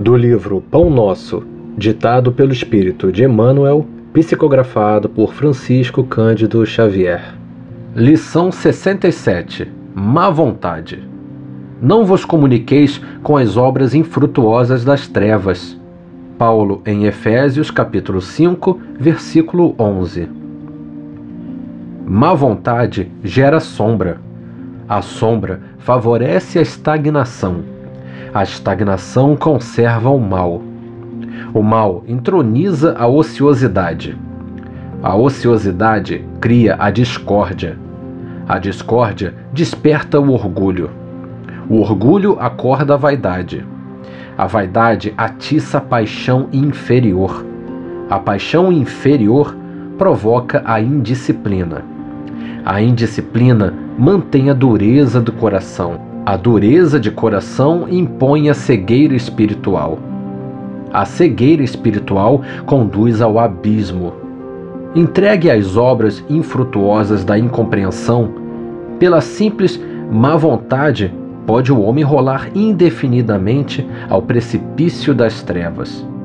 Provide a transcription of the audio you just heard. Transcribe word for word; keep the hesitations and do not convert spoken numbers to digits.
Do livro Pão Nosso, ditado pelo Espírito de Emmanuel, psicografado por Francisco Cândido Xavier. Lição sessenta e sete. Má vontade. Não vos comuniqueis com as obras infrutuosas das trevas. Paulo em Efésios capítulo cinco, versículo onze. Má vontade gera sombra. A sombra favorece a estagnação. A estagnação conserva o mal. O mal entroniza a ociosidade. A ociosidade cria a discórdia. A discórdia desperta o orgulho. O orgulho acorda a vaidade. A vaidade atiça a paixão inferior. A paixão inferior provoca a indisciplina. A indisciplina mantém a dureza do coração. A dureza de coração impõe a cegueira espiritual. A cegueira espiritual conduz ao abismo. Entregue às obras infrutuosas da incompreensão, pela simples má vontade, pode o homem rolar indefinidamente ao precipício das trevas.